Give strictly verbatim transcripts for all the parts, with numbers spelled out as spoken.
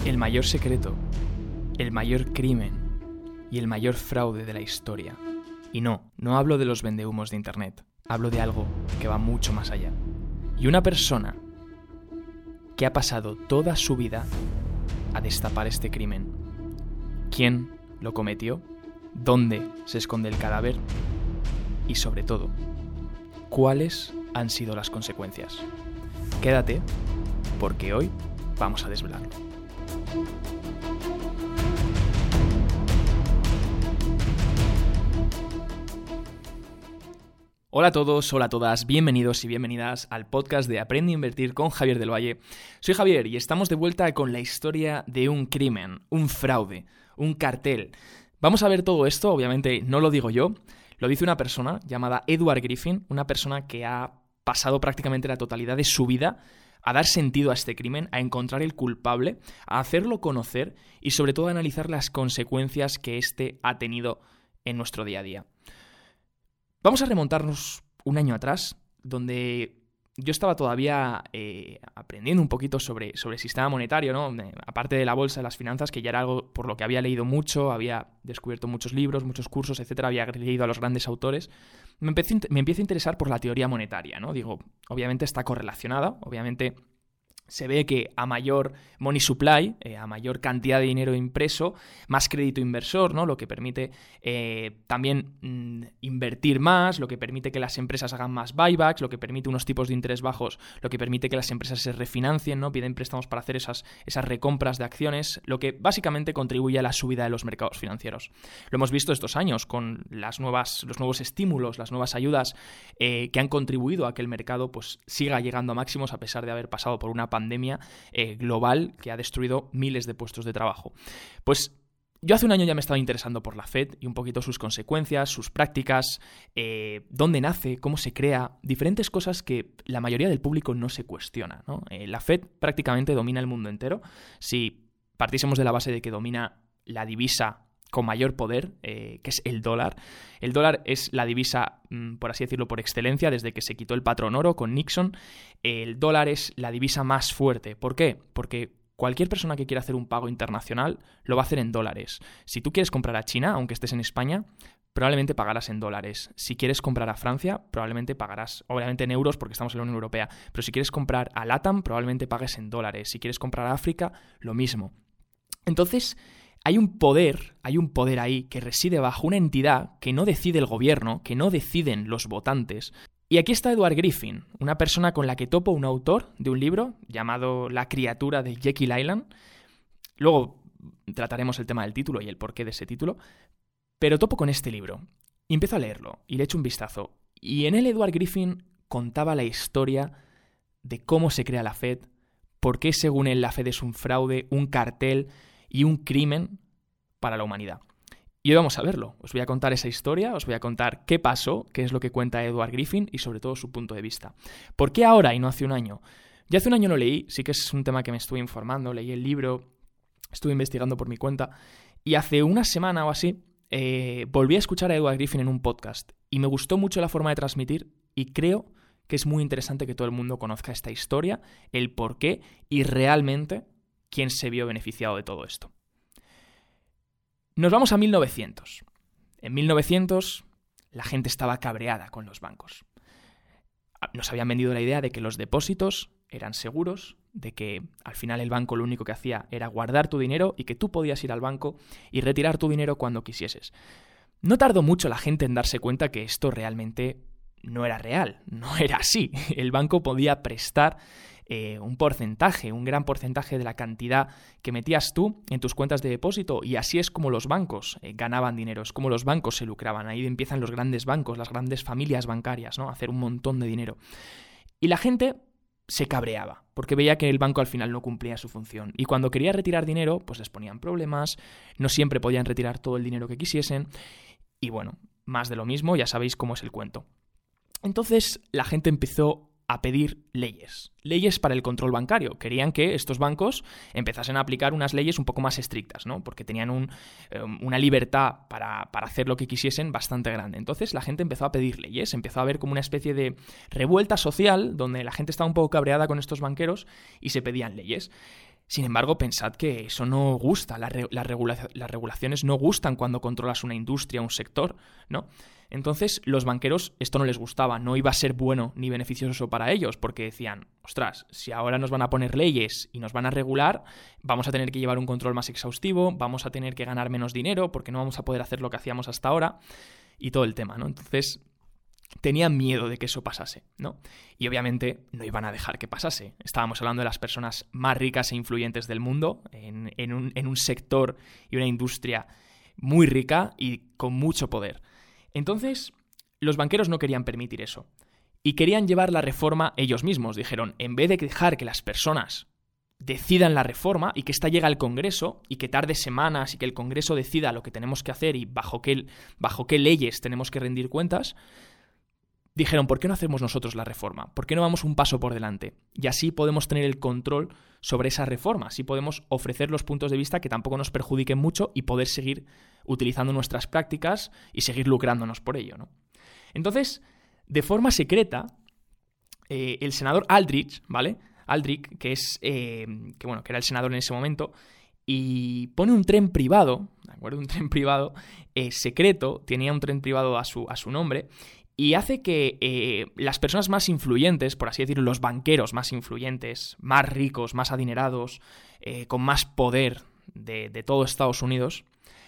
El mayor secreto, el mayor crimen y el mayor fraude de la historia. Y no, no hablo de los vendehumos de internet, hablo de algo que va mucho más allá. Y una persona que ha pasado toda su vida a destapar este crimen. ¿Quién lo cometió? ¿Dónde se esconde el cadáver? Y sobre todo, ¿cuáles han sido las consecuencias? Quédate, porque hoy vamos a desvelarlo. Hola a todos, hola a todas, bienvenidos y bienvenidas al podcast de Aprende a Invertir con Javier del Valle. Soy Javier y estamos de vuelta con la historia de un crimen, un fraude, un cartel. Vamos a ver todo esto, obviamente no lo digo yo, lo dice una persona llamada Edward Griffin, una persona que ha pasado prácticamente la totalidad de su vida a dar sentido a este crimen, a encontrar el culpable, a hacerlo conocer y sobre todo a analizar las consecuencias que éste ha tenido en nuestro día a día. Vamos a remontarnos un año atrás, donde yo estaba todavía eh, aprendiendo un poquito sobre, sobre el sistema monetario, ¿no? Aparte de la bolsa, de las finanzas, que ya era algo por lo que había leído mucho, había descubierto muchos libros, muchos cursos, etcétera, había leído a los grandes autores. Me, empecé, me empiezo a interesar por la teoría monetaria, ¿no? Digo, obviamente está correlacionada, obviamente se ve que a mayor money supply, eh, a mayor cantidad de dinero impreso, más crédito inversor, ¿no? Lo que permite eh, también mmm, invertir más, lo que permite que las empresas hagan más buybacks, lo que permite unos tipos de interés bajos, lo que permite que las empresas se refinancien, ¿no? Piden préstamos para hacer esas, esas recompras de acciones, lo que básicamente contribuye a la subida de los mercados financieros. Lo hemos visto estos años con las nuevas, los nuevos estímulos, las nuevas ayudas eh, que han contribuido a que el mercado pues, siga llegando a máximos a pesar de haber pasado por una pandemia eh, global que ha destruido miles de puestos de trabajo. Pues yo hace un año ya me estaba interesando por la Fed y un poquito sus consecuencias, sus prácticas, eh, dónde nace, cómo se crea, diferentes cosas que la mayoría del público no se cuestiona, ¿no? Eh, la Fed prácticamente domina el mundo entero. Si partiésemos de la base de que domina la divisa con mayor poder, eh, que es el dólar. El dólar es la divisa, mmm, por así decirlo, por excelencia, desde que se quitó el patrón oro con Nixon. El dólar es la divisa más fuerte. ¿Por qué? Porque cualquier persona que quiera hacer un pago internacional lo va a hacer en dólares. Si tú quieres comprar a China, aunque estés en España, probablemente pagarás en dólares. Si quieres comprar a Francia, probablemente pagarás, obviamente en euros porque estamos en la Unión Europea, pero si quieres comprar a LATAM, probablemente pagues en dólares. Si quieres comprar a África, lo mismo. Entonces, Hay un poder, hay un poder ahí que reside bajo una entidad que no decide el gobierno, que no deciden los votantes. Y aquí está Edward Griffin, una persona con la que topo, un autor de un libro llamado La criatura de Jekyll Island. Luego trataremos el tema del título y el porqué de ese título. Pero topo con este libro y empiezo a leerlo y le echo un vistazo. Y en él Edward Griffin contaba la historia de cómo se crea la Fed, por qué según él la Fed es un fraude, un cartel y un crimen para la humanidad. Y hoy vamos a verlo. Os voy a contar esa historia, os voy a contar qué pasó, qué es lo que cuenta Edward Griffin y sobre todo su punto de vista. ¿Por qué ahora y no hace un año? Ya hace un año lo leí, sí que es un tema que me estuve informando, leí el libro, estuve investigando por mi cuenta y hace una semana o así eh, volví a escuchar a Edward Griffin en un podcast y me gustó mucho la forma de transmitir y creo que es muy interesante que todo el mundo conozca esta historia, el por qué y realmente quién se vio beneficiado de todo esto. Nos vamos a mil novecientos. En mil novecientos la gente estaba cabreada con los bancos. Nos habían vendido la idea de que los depósitos eran seguros, de que al final el banco lo único que hacía era guardar tu dinero y que tú podías ir al banco y retirar tu dinero cuando quisieses. No tardó mucho la gente en darse cuenta que esto realmente no era real, no era así. El banco podía prestar Eh, un porcentaje, un gran porcentaje de la cantidad que metías tú en tus cuentas de depósito y así es como los bancos eh, ganaban dinero, es como los bancos se lucraban. Ahí empiezan los grandes bancos, las grandes familias bancarias, ¿no? A hacer un montón de dinero. Y la gente se cabreaba porque veía que el banco al final no cumplía su función y cuando quería retirar dinero pues les ponían problemas, no siempre podían retirar todo el dinero que quisiesen y bueno, más de lo mismo, ya sabéis cómo es el cuento. Entonces la gente empezó a pedir leyes, leyes para el control bancario. Querían que estos bancos empezasen a aplicar unas leyes un poco más estrictas, ¿no? Porque tenían un, eh, una libertad para, para hacer lo que quisiesen bastante grande. Entonces la gente empezó a pedir leyes, empezó a haber como una especie de revuelta social donde la gente estaba un poco cabreada con estos banqueros y se pedían leyes. Sin embargo, pensad que eso no gusta, las, re- las, regula- las regulaciones no gustan cuando controlas una industria, un sector, ¿no? Entonces, los banqueros esto no les gustaba, no iba a ser bueno ni beneficioso para ellos, porque decían, ostras, si ahora nos van a poner leyes y nos van a regular, vamos a tener que llevar un control más exhaustivo, vamos a tener que ganar menos dinero, porque no vamos a poder hacer lo que hacíamos hasta ahora, y todo el tema, ¿no? Entonces, tenían miedo de que eso pasase, ¿no? Y obviamente no iban a dejar que pasase. Estábamos hablando de las personas más ricas e influyentes del mundo, en, en, un, en un sector y una industria muy rica y con mucho poder. Entonces, los banqueros no querían permitir eso. Y querían llevar la reforma ellos mismos. Dijeron, en vez de dejar que las personas decidan la reforma y que ésta llegue al Congreso y que tarde semanas y que el Congreso decida lo que tenemos que hacer y bajo qué, bajo qué leyes tenemos que rendir cuentas, dijeron, ¿por qué no hacemos nosotros la reforma? ¿Por qué no vamos un paso por delante? Y así podemos tener el control sobre esa reforma, así podemos ofrecer los puntos de vista que tampoco nos perjudiquen mucho y poder seguir utilizando nuestras prácticas y seguir lucrándonos por ello, ¿no? Entonces, de forma secreta, eh, el senador Aldrich, ¿vale? Aldrich, que es eh, que bueno, que era el senador en ese momento, y pone un tren privado, ¿de acuerdo? Un tren privado eh, secreto, tenía un tren privado a su, a su nombre, y hace que eh, las personas más influyentes, por así decirlo, los banqueros más influyentes, más ricos, más adinerados, eh, con más poder de, de todo Estados Unidos,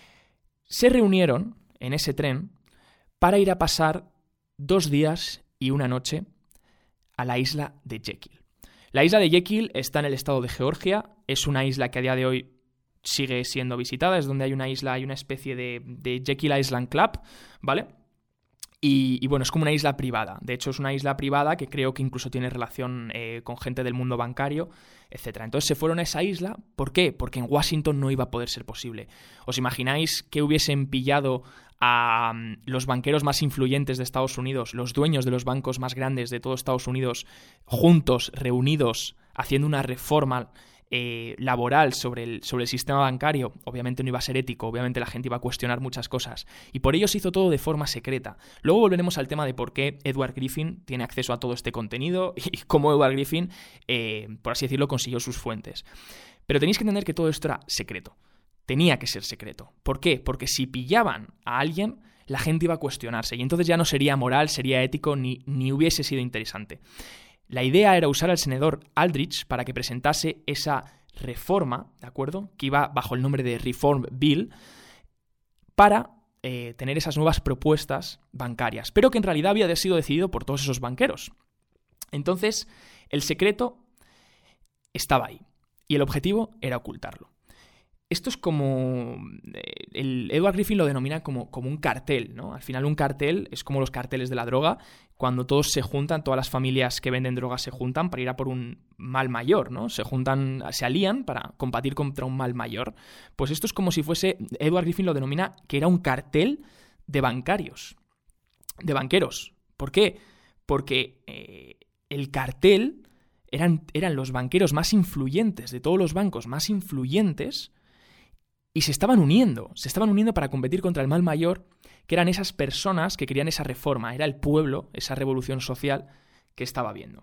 se reunieron en ese tren para ir a pasar dos días y una noche a la isla de Jekyll. La isla de Jekyll está en el estado de Georgia, es una isla que a día de hoy sigue siendo visitada, es donde hay una isla, hay una especie de, de Jekyll Island Club, ¿vale? Y, y bueno, es como una isla privada. De hecho, es una isla privada que creo que incluso tiene relación eh, con gente del mundo bancario, etcétera. Entonces se fueron a esa isla. ¿Por qué? Porque en Washington no iba a poder ser posible. ¿Os imagináis que hubiesen pillado a um, los banqueros más influyentes de Estados Unidos, los dueños de los bancos más grandes de todo Estados Unidos, juntos, reunidos, haciendo una reforma Eh, laboral sobre el, sobre el sistema bancario? Obviamente no iba a ser ético, obviamente la gente iba a cuestionar muchas cosas, y por ello se hizo todo de forma secreta. Luego volveremos al tema de por qué Edward Griffin tiene acceso a todo este contenido y cómo Edward Griffin, eh, por así decirlo, consiguió sus fuentes. Pero tenéis que entender que todo esto era secreto, tenía que ser secreto. ¿Por qué? Porque si pillaban a alguien, la gente iba a cuestionarse, y entonces ya no sería moral, sería ético, ni, ni hubiese sido interesante. La idea era usar al senador Aldrich para que presentase esa reforma, ¿de acuerdo?, que iba bajo el nombre de Reform Bill, para eh, tener esas nuevas propuestas bancarias, pero que en realidad había sido decidido por todos esos banqueros. Entonces, el secreto estaba ahí, y el objetivo era ocultarlo. Esto es como... El Edward Griffin lo denomina como, como un cartel, ¿no? Al final un cartel es como los carteles de la droga, cuando todos se juntan, todas las familias que venden drogas se juntan para ir a por un mal mayor, ¿no? Se juntan, se alían para combatir contra un mal mayor. Pues esto es como si fuese... Edward Griffin lo denomina que era un cartel de bancarios, de banqueros. ¿Por qué? Porque eh, el cartel eran, eran los banqueros más influyentes, de todos los bancos más influyentes, y se estaban uniendo, se estaban uniendo para competir contra el mal mayor, que eran esas personas que querían esa reforma, era el pueblo, esa revolución social que estaba viendo.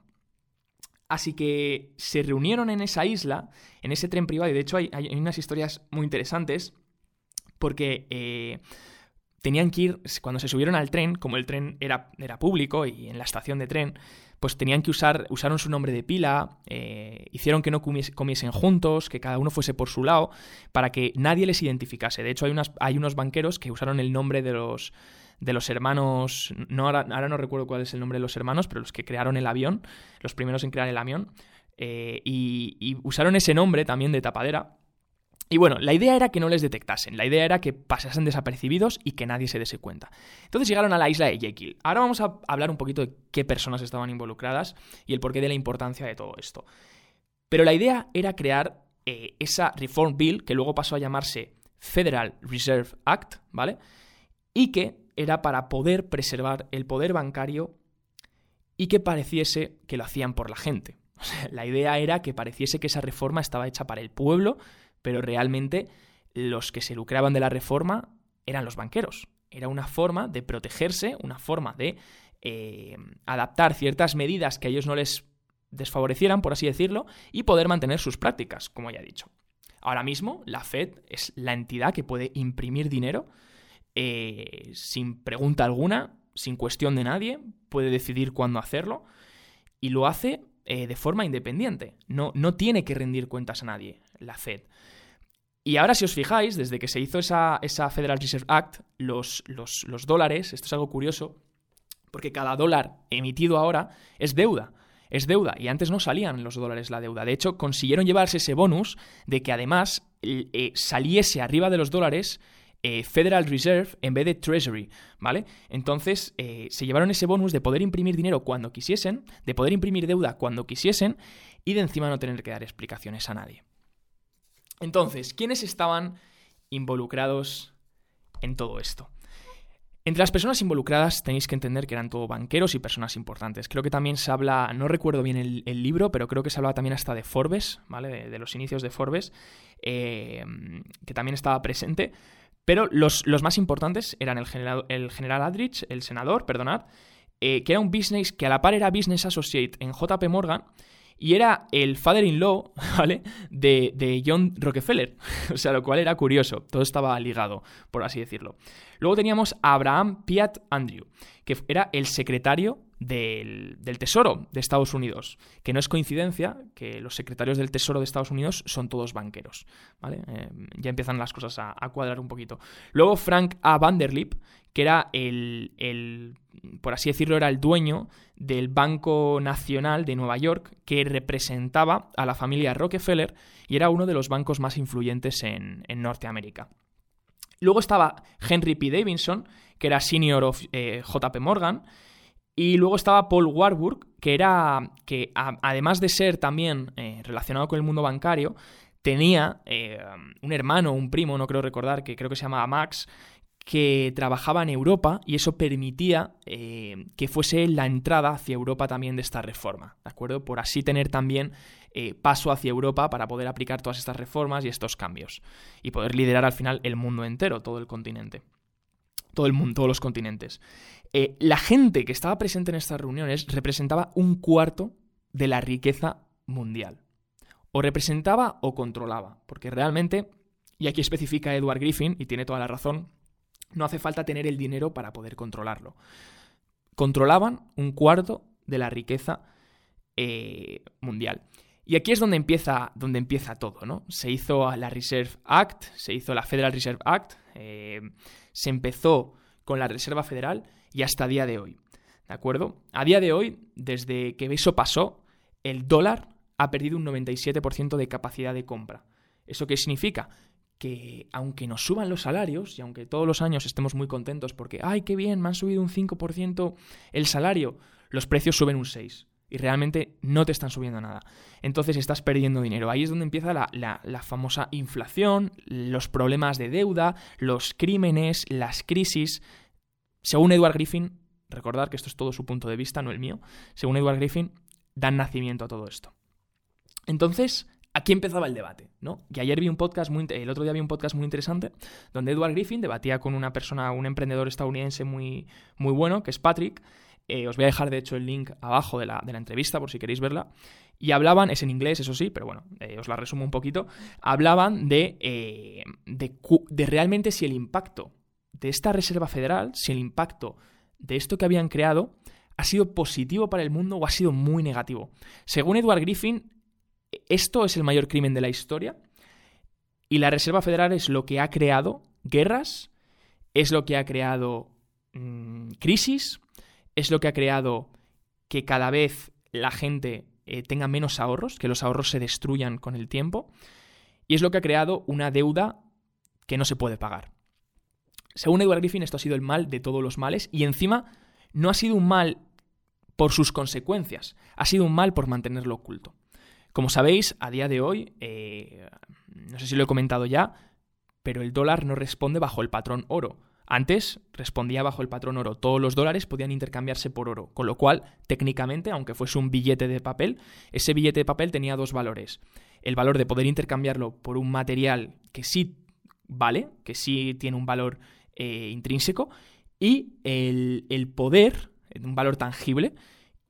Así que se reunieron en esa isla, en ese tren privado, y de hecho hay, hay unas historias muy interesantes, porque eh, tenían que ir, cuando se subieron al tren, como el tren era, era público y en la estación de tren, pues tenían que usar, usaron su nombre de pila, eh, hicieron que no comies, comiesen juntos, que cada uno fuese por su lado, para que nadie les identificase. De hecho, hay, unas, hay unos banqueros que usaron el nombre de los, de los hermanos, no ahora, ahora no recuerdo cuál es el nombre de los hermanos, pero los que crearon el avión, los primeros en crear el avión, eh, y, y usaron ese nombre también de tapadera. Y bueno, la idea era que no les detectasen, la idea era que pasasen desapercibidos y que nadie se diese cuenta. Entonces llegaron a la isla de Jekyll. Ahora vamos a hablar un poquito de qué personas estaban involucradas y el porqué de la importancia de todo esto. Pero la idea era crear eh, esa Reform Bill, que luego pasó a llamarse Federal Reserve Act, ¿vale? Y que era para poder preservar el poder bancario y que pareciese que lo hacían por la gente. O sea, la idea era que pareciese que esa reforma estaba hecha para el pueblo, pero realmente los que se lucraban de la reforma eran los banqueros. Era una forma de protegerse, una forma de eh, adaptar ciertas medidas que a ellos no les desfavorecieran, por así decirlo, y poder mantener sus prácticas, como ya he dicho. Ahora mismo, la Fed es la entidad que puede imprimir dinero eh, sin pregunta alguna, sin cuestión de nadie, puede decidir cuándo hacerlo y lo hace eh, de forma independiente. No, no tiene que rendir cuentas a nadie, la Fed. Y ahora, si os fijáis, desde que se hizo esa, esa Federal Reserve Act, los, los, los dólares, esto es algo curioso, porque cada dólar emitido ahora es deuda. Es deuda, y antes no salían los dólares la deuda. De hecho, consiguieron llevarse ese bonus de que además eh, saliese arriba de los dólares eh, Federal Reserve en vez de Treasury, ¿vale? Entonces, eh, se llevaron ese bonus de poder imprimir dinero cuando quisiesen, de poder imprimir deuda cuando quisiesen, y de encima no tener que dar explicaciones a nadie. Entonces, ¿quiénes estaban involucrados en todo esto? Entre las personas involucradas tenéis que entender que eran todo banqueros y personas importantes. Creo que también se habla, no recuerdo bien el, el libro, pero creo que se hablaba también hasta de Forbes, ¿vale? De, de los inicios de Forbes, eh, que también estaba presente. Pero los, los más importantes eran el general, el general Aldrich, el senador, perdonad, eh, que era un business, que a la par era business associate en J P Morgan, y era el father-in-law, ¿vale?, de, de John Rockefeller. O sea, lo cual era curioso. Todo estaba ligado, por así decirlo. Luego teníamos a Abraham Piatt Andrew, que era el secretario del, del Tesoro de Estados Unidos. Que no es coincidencia que los secretarios del Tesoro de Estados Unidos son todos banqueros, ¿vale? Eh, ya empiezan las cosas a, a cuadrar un poquito. Luego Frank A. Vanderlip, que era el, el, por así decirlo, era el dueño del Banco Nacional de Nueva York, que representaba a la familia Rockefeller y era uno de los bancos más influyentes en, en Norteamérica. Luego estaba Henry P. Davidson, que era senior of eh, J P Morgan, y luego estaba Paul Warburg, que era, que a, además de ser también eh, relacionado con el mundo bancario, tenía eh, un hermano, un primo, no creo recordar, que creo que se llamaba Max, que trabajaba en Europa y eso permitía eh, que fuese la entrada hacia Europa también de esta reforma, ¿de acuerdo? Por así tener también eh, paso hacia Europa para poder aplicar todas estas reformas y estos cambios y poder liderar al final el mundo entero, todo el continente, todo el mundo, todos los continentes. Eh, la gente que estaba presente en estas reuniones representaba un cuarto de la riqueza mundial. O representaba o controlaba, porque realmente, y aquí especifica Edward Griffin, y tiene toda la razón, no hace falta tener el dinero para poder controlarlo. Controlaban un cuarto de la riqueza eh, mundial. Y aquí es donde empieza, donde empieza todo, ¿no? Se hizo la Reserve Act, se hizo la Federal Reserve Act, eh, se empezó con la Reserva Federal y hasta día de hoy, ¿de acuerdo? A día de hoy, desde que eso pasó, el dólar ha perdido un noventa y siete por ciento de capacidad de compra. ¿Eso qué significa? Que aunque nos suban los salarios y aunque todos los años estemos muy contentos porque ¡ay, qué bien! Me han subido un cinco por ciento el salario, los precios suben un seis por ciento y realmente no te están subiendo nada. Entonces estás perdiendo dinero. Ahí es donde empieza la, la, la famosa inflación, los problemas de deuda, los crímenes, las crisis. Según Edward Griffin, recordad que esto es todo su punto de vista, no el mío, según Edward Griffin, dan nacimiento a todo esto. Entonces, aquí empezaba el debate, ¿no? Y ayer vi un podcast muy, el otro día vi un podcast muy interesante donde Edward Griffin debatía con una persona, un emprendedor estadounidense muy, muy bueno, que es Patrick. Eh, os voy a dejar, de hecho, el link abajo de la, de la entrevista por si queréis verla. Y hablaban, es en inglés, eso sí, pero bueno, eh, os la resumo un poquito. Hablaban de, eh, de, de realmente si el impacto de esta Reserva Federal, si el impacto de esto que habían creado ha sido positivo para el mundo o ha sido muy negativo. Según Edward Griffin, esto es el mayor crimen de la historia y la Reserva Federal es lo que ha creado guerras, es lo que ha creado mmm, crisis, es lo que ha creado que cada vez la gente eh, tenga menos ahorros, que los ahorros se destruyan con el tiempo y es lo que ha creado una deuda que no se puede pagar. Según Edward Griffin, esto ha sido el mal de todos los males y encima no ha sido un mal por sus consecuencias, ha sido un mal por mantenerlo oculto. Como sabéis, a día de hoy, eh, no sé si lo he comentado ya, pero el dólar no responde bajo el patrón oro. Antes respondía bajo el patrón oro. Todos los dólares podían intercambiarse por oro, con lo cual, técnicamente, aunque fuese un billete de papel, ese billete de papel tenía dos valores. El valor de poder intercambiarlo por un material que sí vale, que sí tiene un valor eh, intrínseco, y el, el poder, un valor tangible.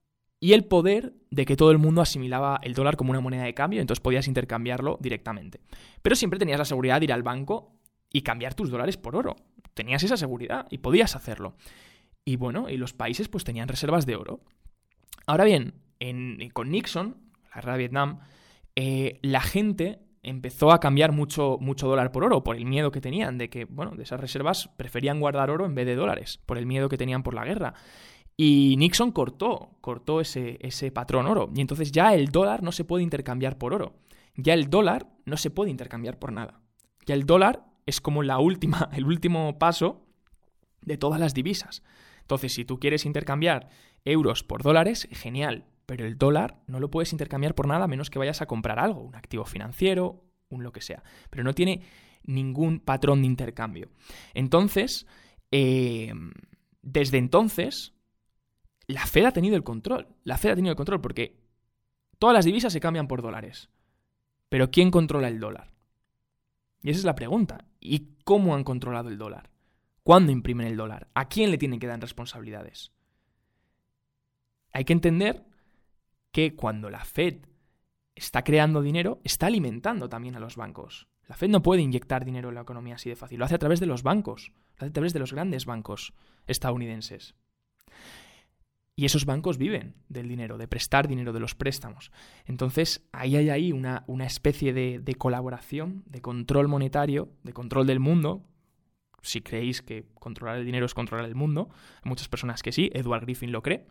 y el poder de que todo el mundo asimilaba el dólar como una moneda de cambio, entonces podías intercambiarlo directamente. Pero siempre tenías la seguridad de ir al banco y cambiar tus dólares por oro. Tenías esa seguridad y podías hacerlo. Y bueno, y los países pues tenían reservas de oro. Ahora bien, en, con Nixon, la guerra de Vietnam, eh, la gente empezó a cambiar mucho, mucho dólar por oro por el miedo que tenían de que, bueno, de esas reservas preferían guardar oro en vez de dólares, por el miedo que tenían por la guerra. Y Nixon cortó, cortó ese, ese patrón oro. Y entonces ya el dólar no se puede intercambiar por oro. Ya el dólar no se puede intercambiar por nada. Ya el dólar es como la última, el último paso de todas las divisas. Entonces, si tú quieres intercambiar euros por dólares, genial. Pero el dólar no lo puedes intercambiar por nada a menos que vayas a comprar algo, un activo financiero, un lo que sea. Pero no tiene ningún patrón de intercambio. Entonces, eh, desde entonces, la Fed ha tenido el control. La Fed ha tenido el control porque todas las divisas se cambian por dólares. Pero ¿quién controla el dólar? Y esa es la pregunta. ¿Y cómo han controlado el dólar? ¿Cuándo imprimen el dólar? ¿A quién le tienen que dar responsabilidades? Hay que entender que cuando la Fed está creando dinero, está alimentando también a los bancos. La Fed no puede inyectar dinero en la economía así de fácil. Lo hace a través de los bancos. Lo hace a través de los grandes bancos estadounidenses. Y esos bancos viven del dinero, de prestar dinero, de los préstamos. Entonces, ahí hay ahí una, una especie de, de colaboración, de control monetario, de control del mundo. Si creéis que controlar el dinero es controlar el mundo, hay muchas personas que sí, Edward Griffin lo cree.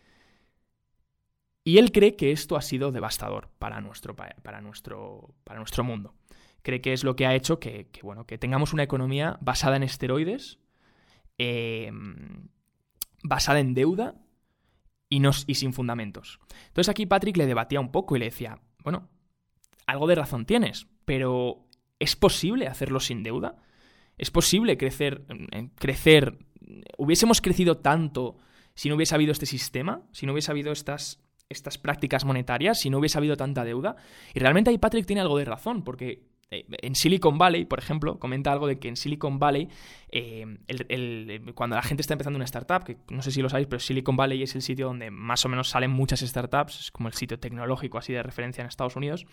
Y él cree que esto ha sido devastador para nuestro, para nuestro, para nuestro mundo. Cree que es lo que ha hecho que, que, bueno, que tengamos una economía basada en esteroides, eh, basada en deuda, Y, no, y sin fundamentos. Entonces aquí Patrick le debatía un poco y le decía, bueno, algo de razón tienes, pero ¿es posible hacerlo sin deuda? ¿Es posible crecer, crecer? ¿Hubiésemos crecido tanto si no hubiese habido este sistema? ¿Si no hubiese habido estas, estas prácticas monetarias? ¿Si no hubiese habido tanta deuda? Y realmente ahí Patrick tiene algo de razón, porque en Silicon Valley, por ejemplo, comenta algo de que en Silicon Valley, eh, el, el, cuando la gente está empezando una startup, que no sé si lo sabéis, pero Silicon Valley es el sitio donde más o menos salen muchas startups, es como el sitio tecnológico así de referencia en Estados Unidos.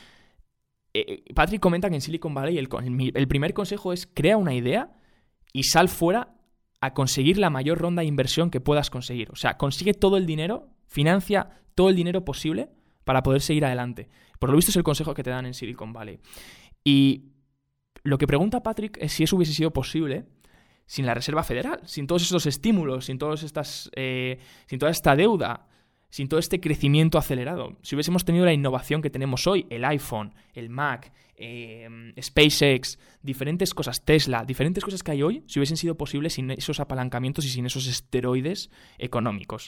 Eh, Patrick comenta que en Silicon Valley el, el primer consejo es crea una idea y sal fuera a conseguir la mayor ronda de inversión que puedas conseguir. O sea, consigue todo el dinero, financia todo el dinero posible para poder seguir adelante. Por lo visto es el consejo que te dan en Silicon Valley. Y lo que pregunta Patrick es si eso hubiese sido posible sin la Reserva Federal, sin todos estos estímulos, sin, todas estas, eh, sin toda esta deuda, sin todo este crecimiento acelerado. Si hubiésemos tenido la innovación que tenemos hoy, el iPhone, el Mac, eh, SpaceX, diferentes cosas, Tesla, diferentes cosas que hay hoy, si hubiesen sido posibles sin esos apalancamientos y sin esos esteroides económicos.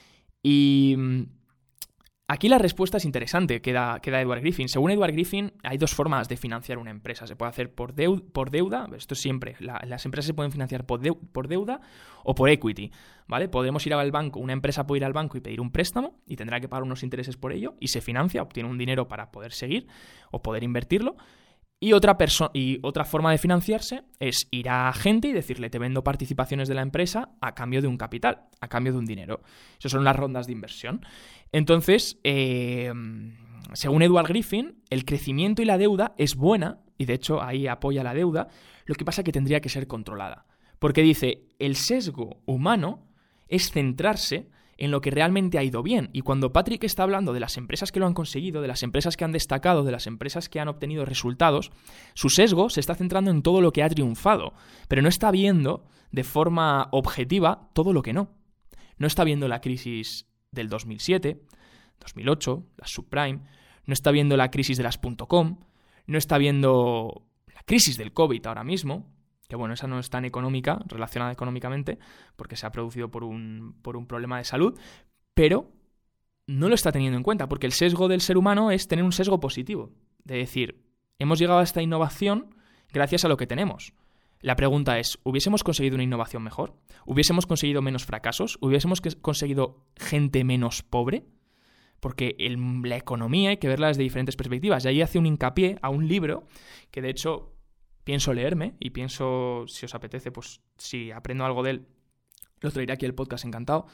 Y aquí la respuesta es interesante que da, que da Edward Griffin. Según Edward Griffin, hay dos formas de financiar una empresa. Se puede hacer por, deu- por deuda, esto es siempre, la, las empresas se pueden financiar por, deu- por deuda o por equity, ¿vale? Podemos ir al banco, una empresa puede ir al banco y pedir un préstamo y tendrá que pagar unos intereses por ello y se financia, obtiene un dinero para poder seguir o poder invertirlo. Y otra, perso- y otra forma de financiarse es ir a gente y decirle te vendo participaciones de la empresa a cambio de un capital, a cambio de un dinero. Esas son las rondas de inversión. Entonces, eh, según Edward Griffin, el crecimiento y la deuda es buena, y de hecho ahí apoya la deuda, lo que pasa es que tendría que ser controlada. Porque dice, el sesgo humano es centrarse en lo que realmente ha ido bien. Y cuando Patrick está hablando de las empresas que lo han conseguido, de las empresas que han destacado, de las empresas que han obtenido resultados, su sesgo se está centrando en todo lo que ha triunfado, pero no está viendo de forma objetiva todo lo que no. No está viendo la crisis del dos mil siete, dos mil ocho, la subprime, no está viendo la crisis de las .com, no está viendo la crisis del COVID ahora mismo, que bueno, esa no es tan económica, relacionada económicamente, porque se ha producido por un, por un problema de salud, pero no lo está teniendo en cuenta, porque el sesgo del ser humano es tener un sesgo positivo, de decir, hemos llegado a esta innovación gracias a lo que tenemos. La pregunta es, ¿hubiésemos conseguido una innovación mejor? ¿Hubiésemos conseguido menos fracasos? ¿Hubiésemos conseguido gente menos pobre? Porque el, la economía hay que verla desde diferentes perspectivas, y ahí hace un hincapié a un libro que de hecho pienso leerme y pienso, si os apetece, pues si aprendo algo de él, lo traeré aquí al podcast encantado.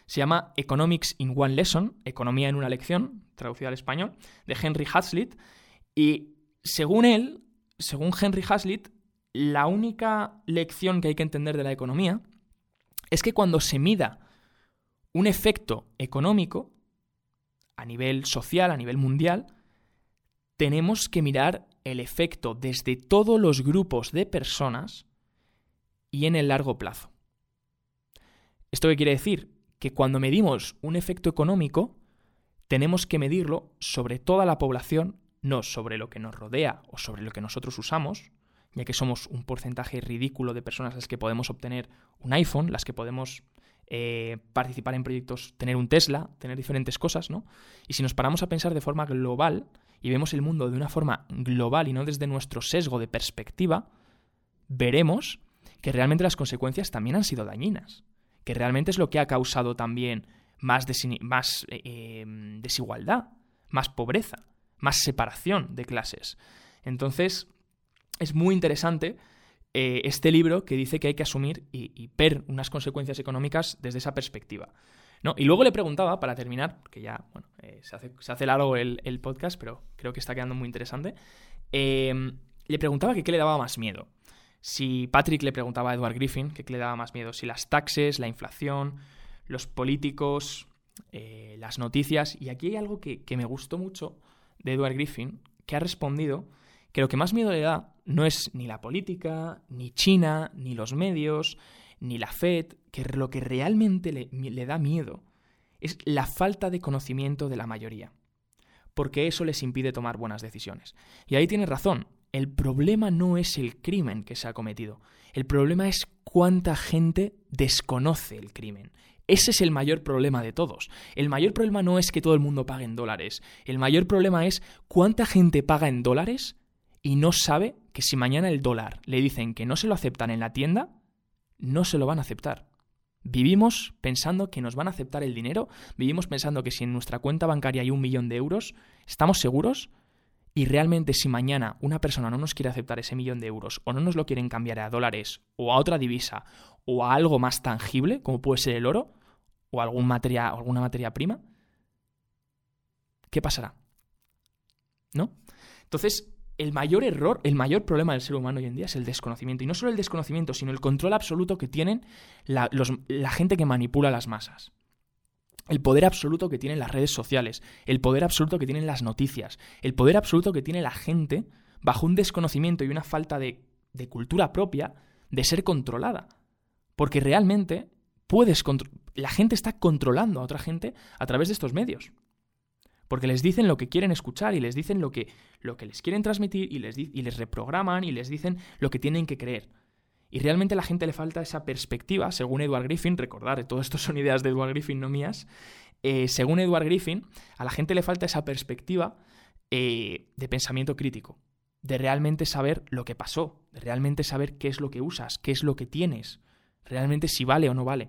Se llama Economics in One Lesson, Economía en una lección, traducida al español, de Henry Hazlitt. Y según él, según Henry Hazlitt, la única lección que hay que entender de la economía es que cuando se mida un efecto económico a nivel social, a nivel mundial, tenemos que mirar el efecto desde todos los grupos de personas y en el largo plazo. ¿Esto qué quiere decir? Que cuando medimos un efecto económico, tenemos que medirlo sobre toda la población, no sobre lo que nos rodea o sobre lo que nosotros usamos, ya que somos un porcentaje ridículo de personas las que podemos obtener un iPhone, las que podemos eh, participar en proyectos, tener un Tesla, tener diferentes cosas, ¿no? Y si nos paramos a pensar de forma global y vemos el mundo de una forma global y no desde nuestro sesgo de perspectiva, veremos que realmente las consecuencias también han sido dañinas, que realmente es lo que ha causado también más, desi- más eh, desigualdad, más pobreza, más separación de clases. Entonces, es muy interesante eh, este libro que dice que hay que asumir y, y ver unas consecuencias económicas desde esa perspectiva, ¿no? Y luego le preguntaba, para terminar, porque ya bueno, eh, se, hace, se hace largo el, el podcast, pero creo que está quedando muy interesante, eh, le preguntaba que qué le daba más miedo. Si Patrick le preguntaba a Edward Griffin que qué le daba más miedo, si las taxes, la inflación, los políticos, eh, las noticias. Y aquí hay algo que, que me gustó mucho de Edward Griffin, que ha respondido que lo que más miedo le da no es ni la política, ni China, ni los medios, ni la Fed, que lo que realmente le, le da miedo es la falta de conocimiento de la mayoría, porque eso les impide tomar buenas decisiones. Y ahí tiene razón, el problema no es el crimen que se ha cometido, el problema es cuánta gente desconoce el crimen. Ese es el mayor problema de todos. El mayor problema no es que todo el mundo pague en dólares, el mayor problema es cuánta gente paga en dólares y no sabe que si mañana el dólar le dicen que no se lo aceptan en la tienda, no se lo van a aceptar. Vivimos pensando que nos van a aceptar el dinero, vivimos pensando que si en nuestra cuenta bancaria hay un millón de euros, estamos seguros, y realmente si mañana una persona no nos quiere aceptar ese millón de euros o no nos lo quieren cambiar a dólares o a otra divisa o a algo más tangible, como puede ser el oro o algún materia, alguna materia prima, ¿qué pasará? ¿No? Entonces, el mayor error, el mayor problema del ser humano hoy en día es el desconocimiento. Y no solo el desconocimiento, sino el control absoluto que tienen la, los, la gente que manipula las masas. El poder absoluto que tienen las redes sociales, el poder absoluto que tienen las noticias, el poder absoluto que tiene la gente bajo un desconocimiento y una falta de, de cultura propia de ser controlada. Porque realmente puedes contro- la gente está controlando a otra gente a través de estos medios. Porque les dicen lo que quieren escuchar y les dicen lo que, lo que les quieren transmitir y les, di- y les reprograman y les dicen lo que tienen que creer. Y realmente a la gente le falta esa perspectiva, según Edward Griffin, recordar, todo esto son ideas de Edward Griffin, no mías, eh, según Edward Griffin, a la gente le falta esa perspectiva eh, de pensamiento crítico, de realmente saber lo que pasó, de realmente saber qué es lo que usas, qué es lo que tienes, realmente si vale o no vale,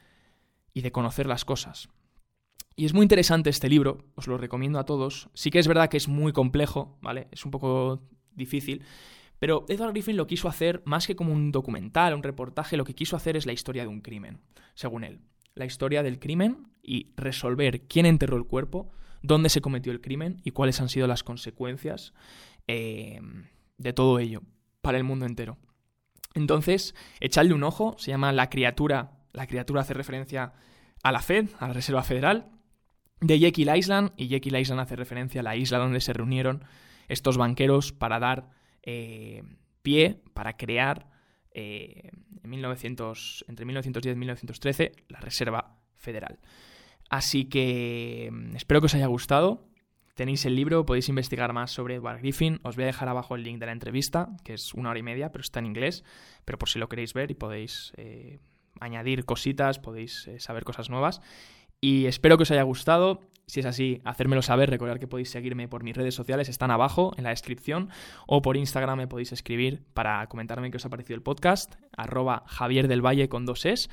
y de conocer las cosas. Y es muy interesante este libro, os lo recomiendo a todos. Sí que es verdad que es muy complejo, ¿vale? Es un poco difícil, pero Edward Griffin lo quiso hacer más que como un documental, un reportaje, lo que quiso hacer es la historia de un crimen, según él. La historia del crimen y resolver quién enterró el cuerpo, dónde se cometió el crimen y cuáles han sido las consecuencias eh, de todo ello para el mundo entero. Entonces, echadle un ojo, se llama La criatura, la criatura hace referencia a la Fed, a la Reserva Federal, de Jekyll Island, y Jekyll Island hace referencia a la isla donde se reunieron estos banqueros para dar eh, pie, para crear eh, en mil novecientos, entre mil novecientos diez y mil novecientos trece la Reserva Federal. Así que espero que os haya gustado. Tenéis el libro, podéis investigar más sobre Edward Griffin. Os voy a dejar abajo el link de la entrevista, que es una hora y media, pero está en inglés. Pero por si lo queréis ver y podéis eh, añadir cositas, podéis eh, saber cosas nuevas. Y espero que os haya gustado. Si es así, hacérmelo saber. Recordad que podéis seguirme por mis redes sociales, están abajo en la descripción, o por Instagram me podéis escribir para comentarme qué os ha parecido el podcast, arroba Javier del Valle con dos es.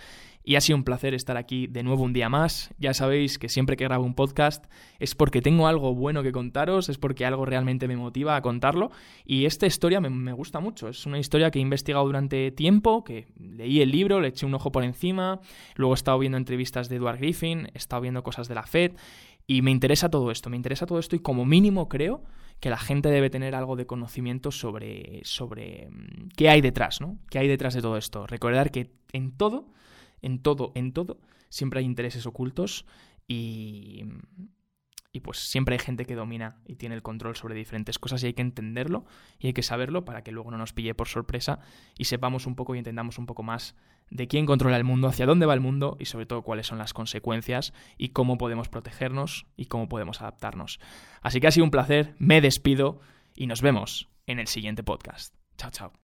Y ha sido un placer estar aquí de nuevo un día más. Ya sabéis que siempre que grabo un podcast es porque tengo algo bueno que contaros, es porque algo realmente me motiva a contarlo. Y esta historia me, me gusta mucho. Es una historia que he investigado durante tiempo, que leí el libro, le eché un ojo por encima, luego he estado viendo entrevistas de Edward Griffin, he estado viendo cosas de la Fed y me interesa todo esto, me interesa todo esto y como mínimo creo que la gente debe tener algo de conocimiento sobre, sobre qué hay detrás, ¿no? ¿Qué hay detrás de todo esto? Recordar que en todo... En todo, en todo, siempre hay intereses ocultos y, y pues siempre hay gente que domina y tiene el control sobre diferentes cosas y hay que entenderlo y hay que saberlo para que luego no nos pille por sorpresa y sepamos un poco y entendamos un poco más de quién controla el mundo, hacia dónde va el mundo y sobre todo cuáles son las consecuencias y cómo podemos protegernos y cómo podemos adaptarnos. Así que ha sido un placer, me despido y nos vemos en el siguiente podcast. Chao, chao.